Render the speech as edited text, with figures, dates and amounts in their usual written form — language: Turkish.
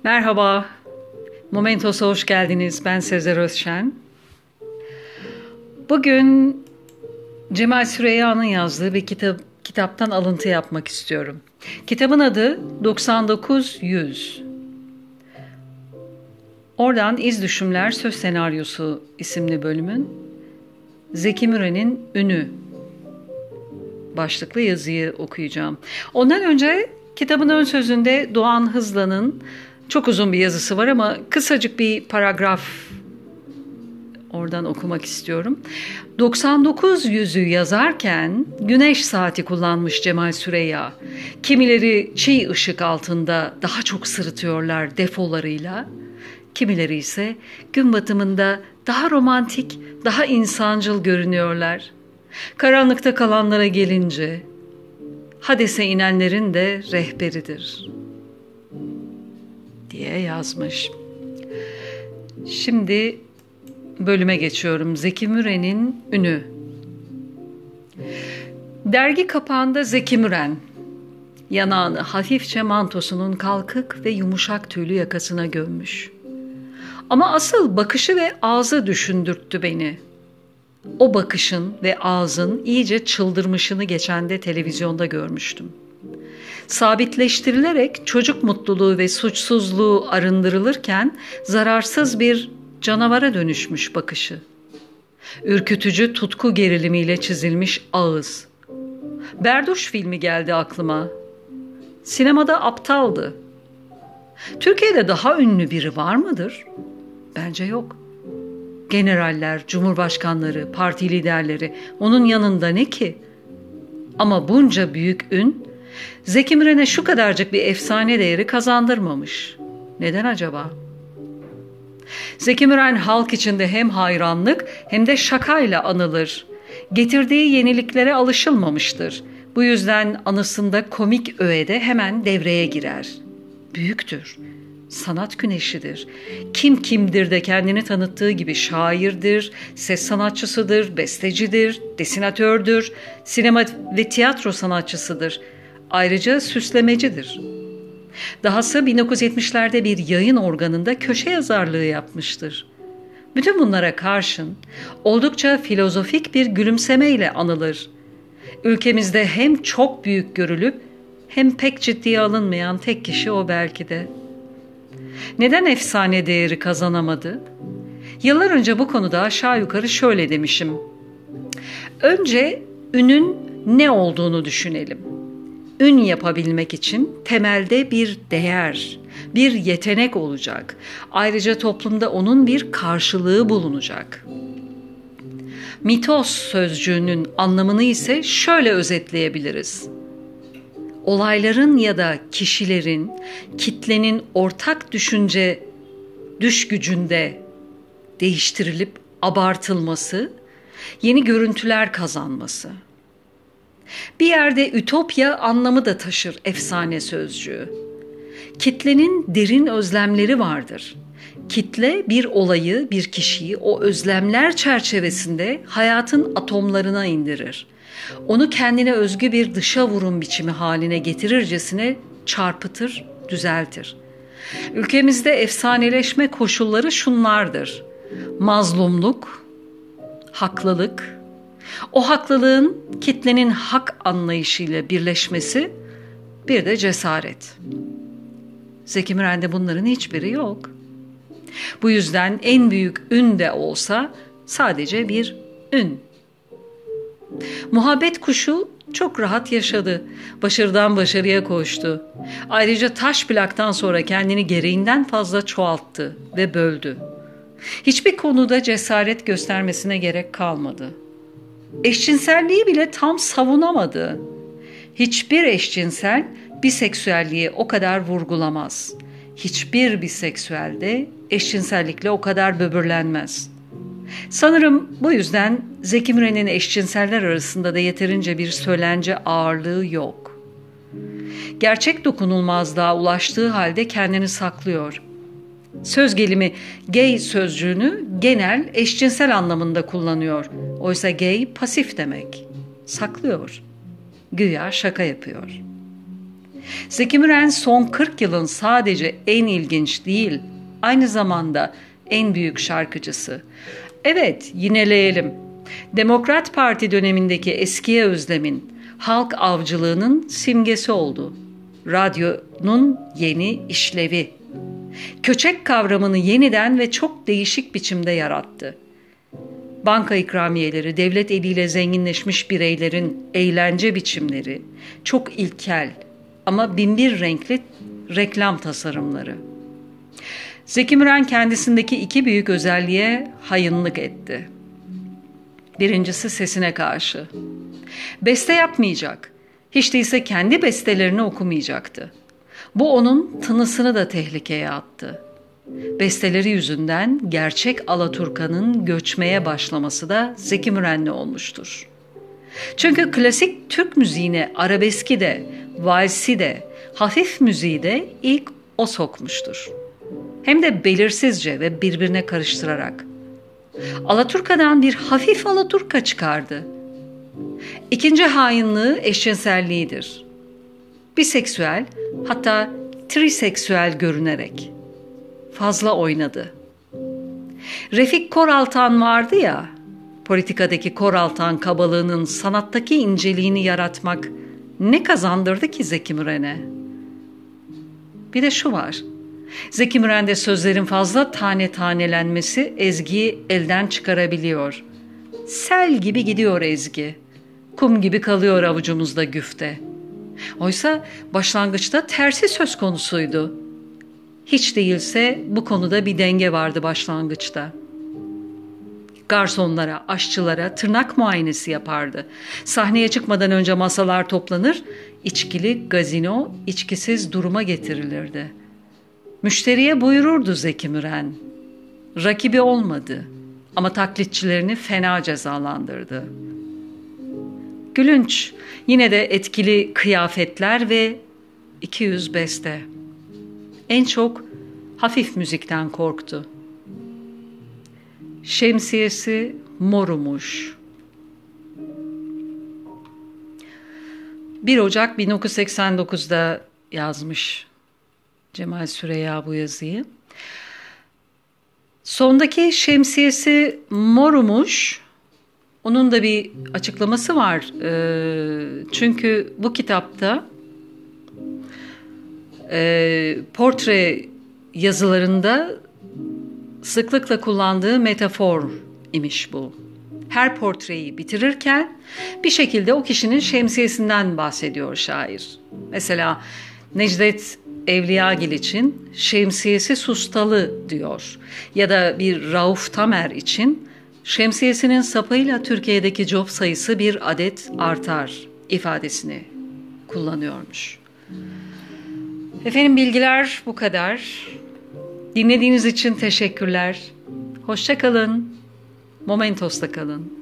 Merhaba, Momentos'a hoş geldiniz. Ben Sezer Özşen. Bugün Cemal Süreyya'nın yazdığı bir kitaptan alıntı yapmak istiyorum. Kitabın adı 99-100. Oradan İz Düşümler Söz Senaryosu isimli bölümün Zeki Müren'in Ünü başlıklı yazıyı okuyacağım. Ondan önce kitabın ön sözünde Doğan Hızlan'ın çok uzun bir yazısı var ama kısacık bir paragraf oradan okumak istiyorum. 99 yüzü yazarken güneş saati kullanmış Cemal Süreyya. Kimileri çiğ ışık altında daha çok sırıtıyorlar defolarıyla. Kimileri ise gün batımında daha romantik, daha insancıl görünüyorlar. Karanlıkta kalanlara gelince Hades'e inenlerin de rehberidir diye yazmış. Şimdi bölüme geçiyorum. Zeki Müren'in Ünü. Dergi kapağında Zeki Müren, yanağını hafifçe mantosunun kalkık ve yumuşak tüylü yakasına gömmüş. Ama asıl bakışı ve ağzı düşündürttü beni. O bakışın ve ağzın iyice çıldırmışını geçen de televizyonda görmüştüm. Sabitleştirilerek çocuk mutluluğu ve suçsuzluğu arındırılırken zararsız bir canavara dönüşmüş bakışı. Ürkütücü tutku gerilimiyle çizilmiş ağız. Berduş filmi geldi aklıma. Sinemada aptaldı. Türkiye'de daha ünlü biri var mıdır? Bence yok. Generaller, cumhurbaşkanları, parti liderleri onun yanında ne ki? Ama bunca büyük ün Zeki Müren'e şu kadarcık bir efsane değeri kazandırmamış. Neden acaba? Zeki Müren halk içinde hem hayranlık hem de şakayla anılır. Getirdiği yeniliklere alışılmamıştır. Bu yüzden anısında komik öğe de hemen devreye girer. Büyüktür. Sanat güneşidir. Kim kimdir de kendini tanıttığı gibi şairdir, ses sanatçısıdır, bestecidir, desinatördür, sinema ve tiyatro sanatçısıdır. Ayrıca süslemecidir. Dahası 1970'lerde bir yayın organında köşe yazarlığı yapmıştır. Bütün bunlara karşın oldukça filozofik bir gülümsemeyle anılır. Ülkemizde hem çok büyük görülüp hem pek ciddiye alınmayan tek kişi o belki de. Neden efsane değeri kazanamadı? Yıllar önce bu konuda aşağı yukarı şöyle demişim. Önce ünün ne olduğunu düşünelim. Ün yapabilmek için temelde bir değer, bir yetenek olacak. Ayrıca toplumda onun bir karşılığı bulunacak. Mitos sözcüğünün anlamını ise şöyle özetleyebiliriz. Olayların ya da kişilerin, kitlenin ortak düş gücünde değiştirilip abartılması, yeni görüntüler kazanması. Bir yerde ütopya anlamı da taşır efsane sözcüğü. Kitlenin derin özlemleri vardır. Kitle bir olayı, bir kişiyi o özlemler çerçevesinde hayatın atomlarına indirir. Onu kendine özgü bir dışa vurum biçimi haline getirircesine çarpıtır, düzeltir. Ülkemizde efsaneleşme koşulları şunlardır. Mazlumluk, haklılık, o haklılığın kitlenin hak anlayışıyla birleşmesi, bir de cesaret. Zeki Müren'de bunların hiçbiri yok. Bu yüzden en büyük ün de olsa sadece bir ün. Muhabbet kuşu çok rahat yaşadı. Başarıdan başarıya koştu. Ayrıca taş plaktan sonra kendini gereğinden fazla çoğalttı ve böldü. Hiçbir konuda cesaret göstermesine gerek kalmadı. Eşcinselliği bile tam savunamadı. Hiçbir eşcinsel biseksüelliği o kadar vurgulamaz. Hiçbir biseksüel de eşcinsellikle o kadar böbürlenmez. Sanırım bu yüzden Zeki Müren'in eşcinseller arasında da yeterince bir söylence ağırlığı yok. Gerçek dokunulmazlığa ulaştığı halde kendini saklıyor. Söz gelimi gay sözcüğünü genel eşcinsel anlamında kullanıyor. Oysa gay pasif demek. Saklıyor. Güya şaka yapıyor. Zeki Müren son 40 yılın sadece en ilginç değil, aynı zamanda en büyük şarkıcısı. Evet, yineleyelim. Demokrat Parti dönemindeki eskiye özlemin, halk avcılığının simgesi oldu. Radyonun yeni işlevi. Köçek kavramını yeniden ve çok değişik biçimde yarattı. Banka ikramiyeleri, devlet eliyle zenginleşmiş bireylerin eğlence biçimleri, çok ilkel ama binbir renkli reklam tasarımları. Zeki Müren kendisindeki iki büyük özelliğe hayınlık etti. Birincisi sesine karşı. Beste yapmayacak, hiç değilse kendi bestelerini okumayacaktı. Bu onun tınısını da tehlikeye attı. Besteleri yüzünden gerçek Alaturka'nın göçmeye başlaması da Zeki Müren'le olmuştur. Çünkü klasik Türk müziğine arabeski de, valsi de, hafif müziği de ilk o sokmuştur. Hem de belirsizce ve birbirine karıştırarak. Alaturka'dan bir hafif Alaturka çıkardı. İkinci hainliği eşcinselliğidir. Biseksüel, hatta triseksüel görünerek. Fazla oynadı. Refik Koraltan vardı ya, politikadaki Koraltan kabalığının sanattaki inceliğini yaratmak ne kazandırdı ki Zeki Müren'e? Bir de şu var, Zeki Müren'de sözlerin fazla tane tanelenmesi ezgiyi elden çıkarabiliyor. Sel gibi gidiyor ezgi, kum gibi kalıyor avucumuzda güfte. Oysa başlangıçta tersi söz konusuydu. Hiç değilse bu konuda bir denge vardı başlangıçta. Garsonlara, aşçılara tırnak muayenesi yapardı. Sahneye çıkmadan önce masalar toplanır, içkili gazino içkisiz duruma getirilirdi. Müşteriye buyururdu Zeki Müren. Rakibi olmadı ama taklitçilerini fena cezalandırdı. Gülünç, yine de etkili kıyafetler ve 200 beste. En çok hafif müzikten korktu. Şemsiyesi morumuş. 1 Ocak 1989'da yazmış Cemal Süreya bu yazıyı. Sondaki şemsiyesi morumuş. Onun da bir açıklaması var. Çünkü bu kitapta portre yazılarında sıklıkla kullandığı metafor imiş bu. Her portreyi bitirirken bir şekilde o kişinin şemsiyesinden bahsediyor şair. Mesela Necdet Evliyagil için şemsiyesi sustalı diyor. Ya da bir Rauf Tamer için şemsiyesinin sapıyla Türkiye'deki cop sayısı bir adet artar ifadesini kullanıyormuş. Efendim bilgiler bu kadar. Dinlediğiniz için teşekkürler. Hoşça kalın. Momentos'ta kalın.